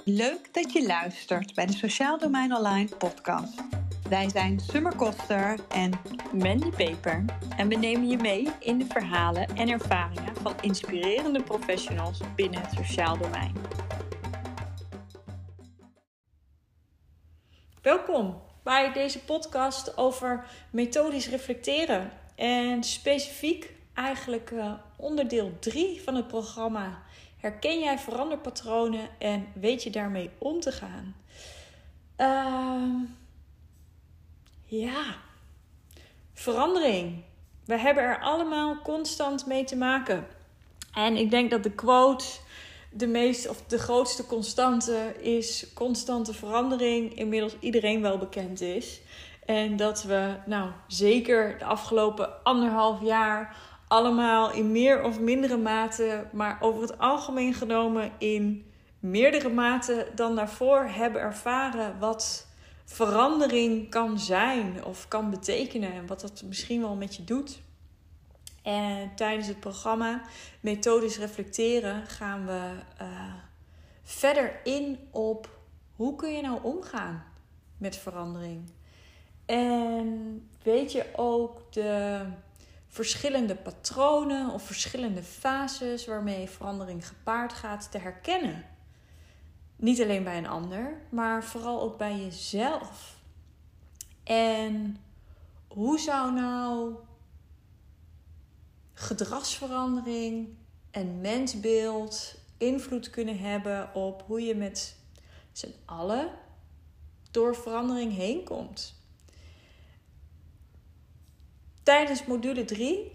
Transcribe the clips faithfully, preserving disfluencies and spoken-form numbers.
Leuk dat je luistert bij de Sociaal Domein Online podcast. Wij zijn Summer Koster en Mandy Peper en we nemen je mee in de verhalen en ervaringen van inspirerende professionals binnen het sociaal domein. Welkom bij deze podcast over methodisch reflecteren en specifiek eigenlijk uh, onderdeel drie van het programma. Herken jij veranderpatronen en weet je daarmee om te gaan? Uh, ja, verandering. We hebben er allemaal constant mee te maken. En ik denk dat de quote, de meest of de grootste constante is constante verandering, inmiddels iedereen wel bekend is. En dat we nou zeker de afgelopen anderhalf jaar allemaal in meer of mindere mate, maar over het algemeen genomen in meerdere mate dan daarvoor hebben ervaren wat verandering kan zijn of kan betekenen en wat dat misschien wel met je doet. En tijdens het programma Methodisch Reflecteren gaan we uh, verder in op hoe kun je nou omgaan met verandering. En weet je ook de verschillende patronen of verschillende fases waarmee verandering gepaard gaat te herkennen. Niet alleen bij een ander, maar vooral ook bij jezelf. En hoe zou nou gedragsverandering en mensbeeld invloed kunnen hebben op hoe je met z'n allen door verandering heen komt? Tijdens module drie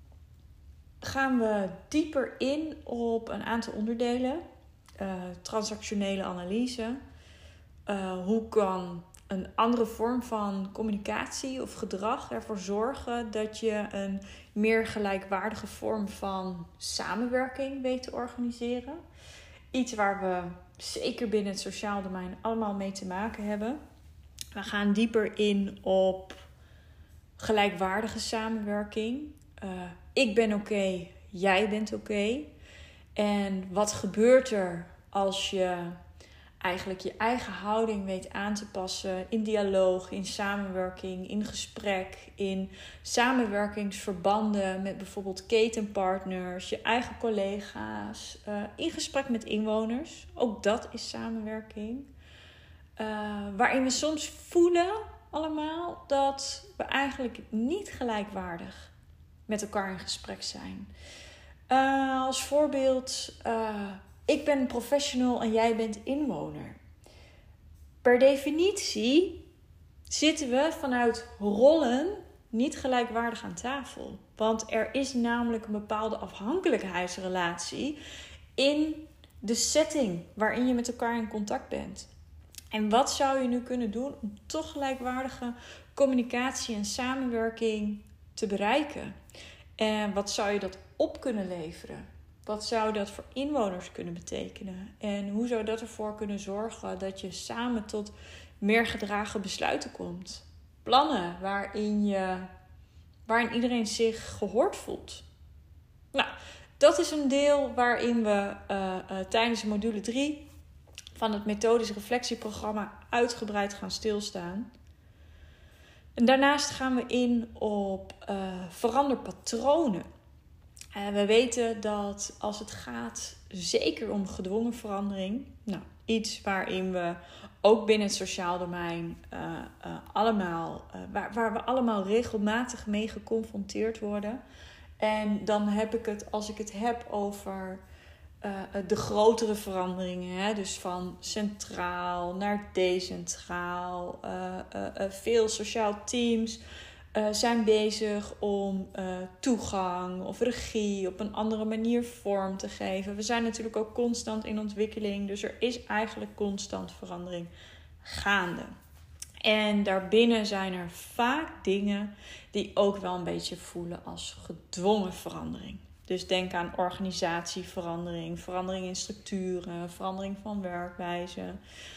gaan we dieper in op een aantal onderdelen. Uh, transactionele analyse. Uh, hoe kan een andere vorm van communicatie of gedrag ervoor zorgen dat je een meer gelijkwaardige vorm van samenwerking weet te organiseren? Iets waar we zeker binnen het sociaal domein allemaal mee te maken hebben. We gaan dieper in op gelijkwaardige samenwerking. Uh, ik ben oké, okay, jij bent oké. Okay. En wat gebeurt er als je eigenlijk je eigen houding weet aan te passen in dialoog, in samenwerking, in gesprek, in samenwerkingsverbanden met bijvoorbeeld ketenpartners, je eigen collega's, uh, in gesprek met inwoners. Ook dat is samenwerking. Uh, waarin we soms voelen allemaal dat we eigenlijk niet gelijkwaardig met elkaar in gesprek zijn. Uh, als voorbeeld, uh, ik ben een professional en jij bent inwoner. Per definitie zitten we vanuit rollen niet gelijkwaardig aan tafel. Want er is namelijk een bepaalde afhankelijkheidsrelatie in de setting waarin je met elkaar in contact bent. En wat zou je nu kunnen doen om toch gelijkwaardige communicatie en samenwerking te bereiken? En wat zou je dat op kunnen leveren? Wat zou dat voor inwoners kunnen betekenen? En hoe zou dat ervoor kunnen zorgen dat je samen tot meer gedragen besluiten komt? Plannen waarin, je, waarin iedereen zich gehoord voelt. Nou, dat is een deel waarin we uh, uh, tijdens module drie van het methodisch reflectieprogramma uitgebreid gaan stilstaan. En daarnaast gaan we in op uh, veranderpatronen. Uh, we weten dat als het gaat zeker om gedwongen verandering, nou, iets waarin we ook binnen het sociaal domein uh, uh, allemaal, uh, waar, waar we allemaal regelmatig mee geconfronteerd worden. En dan heb ik het, als ik het heb over Uh, de grotere veranderingen, hè? Dus van centraal naar decentraal. Uh, uh, uh, veel sociaal teams uh, zijn bezig om uh, toegang of regie op een andere manier vorm te geven. We zijn natuurlijk ook constant in ontwikkeling, dus er is eigenlijk constant verandering gaande. En daarbinnen zijn er vaak dingen die ook wel een beetje voelen als gedwongen verandering. Dus denk aan organisatieverandering, verandering in structuren, verandering van werkwijze.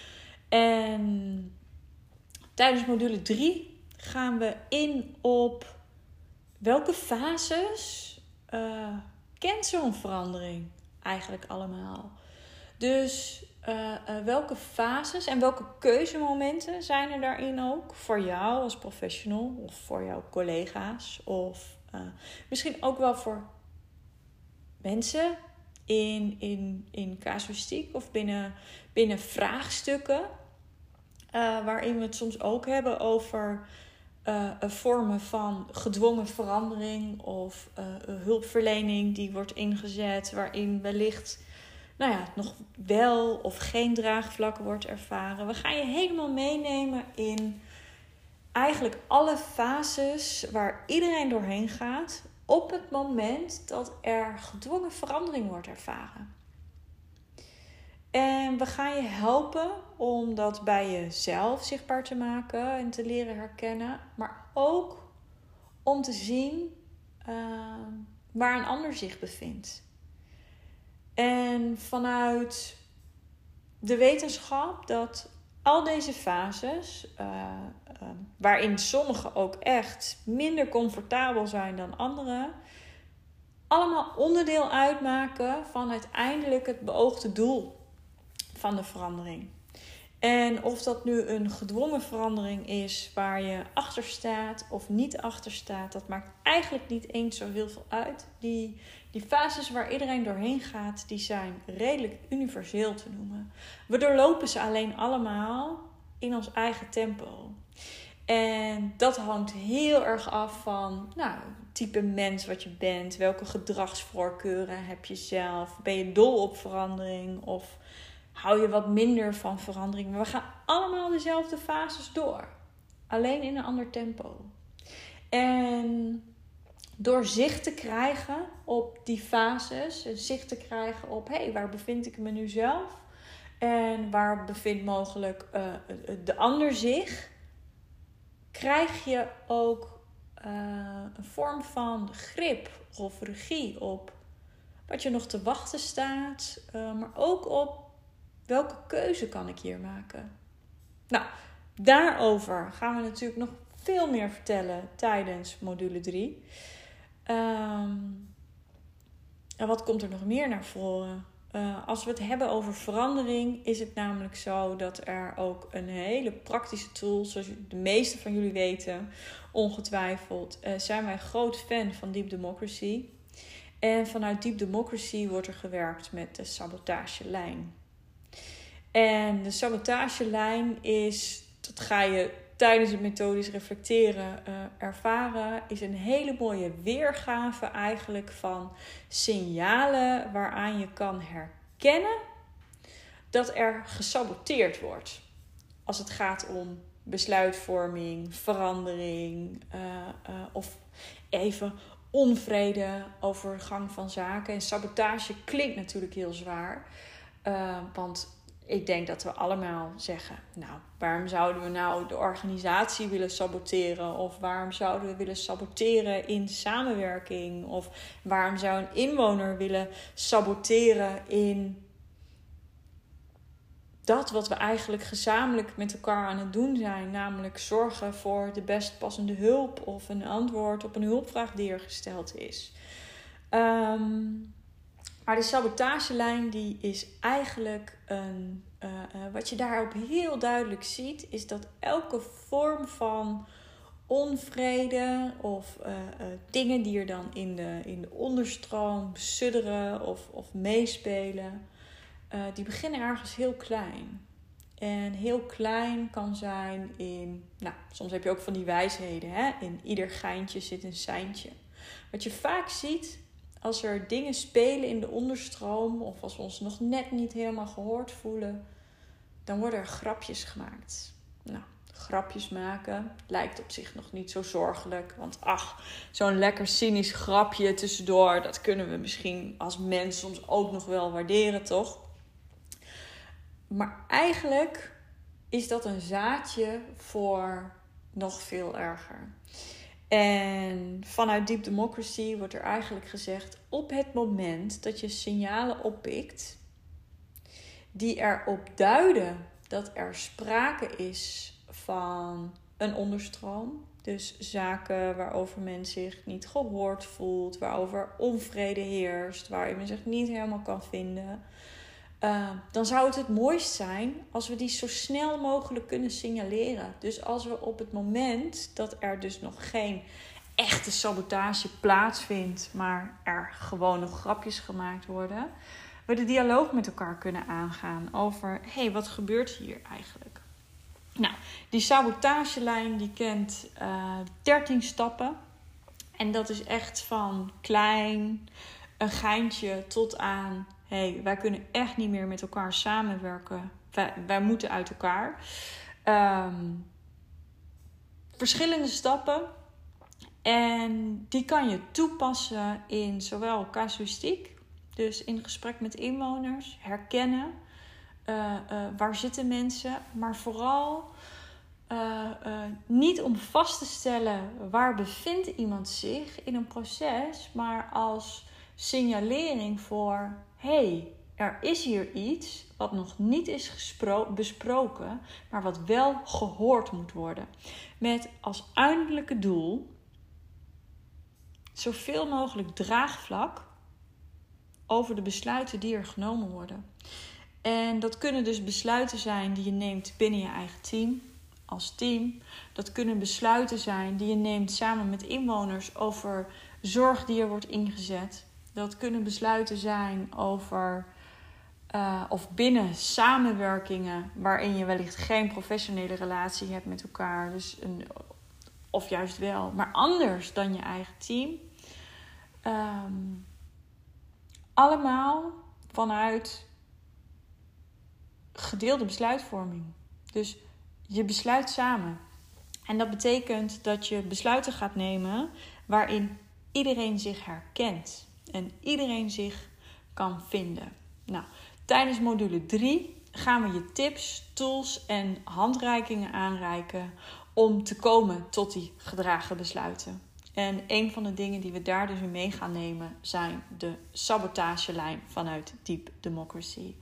En tijdens module drie gaan we in op welke fases uh, kent zo'n verandering eigenlijk allemaal. Dus uh, uh, welke fases en welke keuzemomenten zijn er daarin ook voor jou als professional of voor jouw collega's of uh, misschien ook wel voor mensen in, in, in casuïstiek of binnen, binnen vraagstukken, uh, waarin we het soms ook hebben over uh, vormen van gedwongen verandering of uh, hulpverlening die wordt ingezet, waarin wellicht nou ja, nog wel of geen draagvlak wordt ervaren. We gaan je helemaal meenemen in eigenlijk alle fases waar iedereen doorheen gaat op het moment dat er gedwongen verandering wordt ervaren. En we gaan je helpen om dat bij jezelf zichtbaar te maken en te leren herkennen. Maar ook om te zien uh, waar een ander zich bevindt. En vanuit de wetenschap dat al deze fases, uh, uh, waarin sommige ook echt minder comfortabel zijn dan andere, allemaal onderdeel uitmaken van uiteindelijk het beoogde doel van de verandering. En of dat nu een gedwongen verandering is waar je achter staat of niet achter staat, dat maakt eigenlijk niet eens zo heel veel uit. Die, die fases waar iedereen doorheen gaat, die zijn redelijk universeel te noemen. We doorlopen ze alleen allemaal in ons eigen tempo. En dat hangt heel erg af van nou, het type mens wat je bent. Welke gedragsvoorkeuren heb je zelf? Ben je dol op verandering of hou je wat minder van verandering? Maar we gaan allemaal dezelfde fases door. Alleen in een ander tempo. En door zicht te krijgen op die fases, zicht te krijgen op hé, hey, waar bevind ik me nu zelf? En waar bevindt mogelijk uh, de ander zich? Krijg je ook uh, een vorm van grip of regie op wat je nog te wachten staat. Uh, maar ook op welke keuze kan ik hier maken? Nou, daarover gaan we natuurlijk nog veel meer vertellen tijdens module drie. Um, en wat komt er nog meer naar voren? Uh, als we het hebben over verandering, is het namelijk zo dat er ook een hele praktische tool, zoals de meeste van jullie weten, ongetwijfeld, uh, zijn wij groot fan van Deep Democracy. En vanuit Deep Democracy wordt er gewerkt met de sabotagelijn. En de sabotagelijn is, dat ga je tijdens het methodisch reflecteren uh, ervaren, is een hele mooie weergave eigenlijk van signalen waaraan je kan herkennen dat er gesaboteerd wordt. Als het gaat om besluitvorming, verandering uh, uh, of even onvrede over de gang van zaken. En sabotage klinkt natuurlijk heel zwaar, uh, want ik denk dat we allemaal zeggen, nou, waarom zouden we nou de organisatie willen saboteren? Of waarom zouden we willen saboteren in samenwerking? Of waarom zou een inwoner willen saboteren in dat wat we eigenlijk gezamenlijk met elkaar aan het doen zijn? Namelijk zorgen voor de best passende hulp of een antwoord op een hulpvraag die er gesteld is. Um, Maar de sabotagelijn die is eigenlijk een, uh, uh, wat je daarop heel duidelijk ziet, is dat elke vorm van onvrede of uh, uh, dingen die er dan in de, in de onderstroom sudderen of, of meespelen, uh, die beginnen ergens heel klein. En heel klein kan zijn in, nou, soms heb je ook van die wijsheden, hè? In ieder geintje zit een seintje. Wat je vaak ziet, als er dingen spelen in de onderstroom of als we ons nog net niet helemaal gehoord voelen, dan worden er grapjes gemaakt. Nou, grapjes maken lijkt op zich nog niet zo zorgelijk. Want ach, zo'n lekker cynisch grapje tussendoor, dat kunnen we misschien als mens soms ook nog wel waarderen, toch? Maar eigenlijk is dat een zaadje voor nog veel erger. En vanuit Deep Democracy wordt er eigenlijk gezegd, op het moment dat je signalen oppikt die erop duiden dat er sprake is van een onderstroom, dus zaken waarover men zich niet gehoord voelt, waarover onvrede heerst, waarin men zich niet helemaal kan vinden, Uh, dan zou het het mooist zijn als we die zo snel mogelijk kunnen signaleren. Dus als we op het moment dat er dus nog geen echte sabotage plaatsvindt, maar er gewoon nog grapjes gemaakt worden, we de dialoog met elkaar kunnen aangaan over, hé, hey, wat gebeurt hier eigenlijk? Nou, die sabotagelijn die kent uh, dertien stappen. En dat is echt van klein, een geintje, tot aan, hé, hey, wij kunnen echt niet meer met elkaar samenwerken. Wij, wij moeten uit elkaar. Um, verschillende stappen. En die kan je toepassen in zowel casuïstiek, dus in gesprek met inwoners, herkennen. Uh, uh, waar zitten mensen? Maar vooral uh, uh, niet om vast te stellen waar bevindt iemand zich in een proces, maar als signalering voor, hé, hey, er is hier iets wat nog niet is gespro- besproken, maar wat wel gehoord moet worden. Met als uiteindelijke doel zoveel mogelijk draagvlak over de besluiten die er genomen worden. En dat kunnen dus besluiten zijn die je neemt binnen je eigen team, als team. Dat kunnen besluiten zijn die je neemt samen met inwoners over zorg die er wordt ingezet. Dat kunnen besluiten zijn over, uh, of binnen samenwerkingen waarin je wellicht geen professionele relatie hebt met elkaar. Dus een, of juist wel, maar anders dan je eigen team. Um, allemaal vanuit gedeelde besluitvorming. Dus je besluit samen. En dat betekent dat je besluiten gaat nemen waarin iedereen zich herkent. En iedereen zich kan vinden. Nou, tijdens module drie gaan we je tips, tools en handreikingen aanreiken om te komen tot die gedragen besluiten. En een van de dingen die we daar dus in mee gaan nemen zijn de sabotagelijn vanuit Deep Democracy.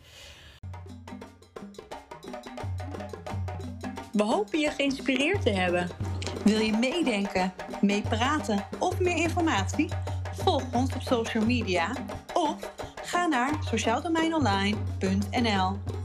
We hopen je geïnspireerd te hebben. Wil je meedenken, meepraten of meer informatie? Volg ons op social media of ga naar sociaaldomeinonline punt n l.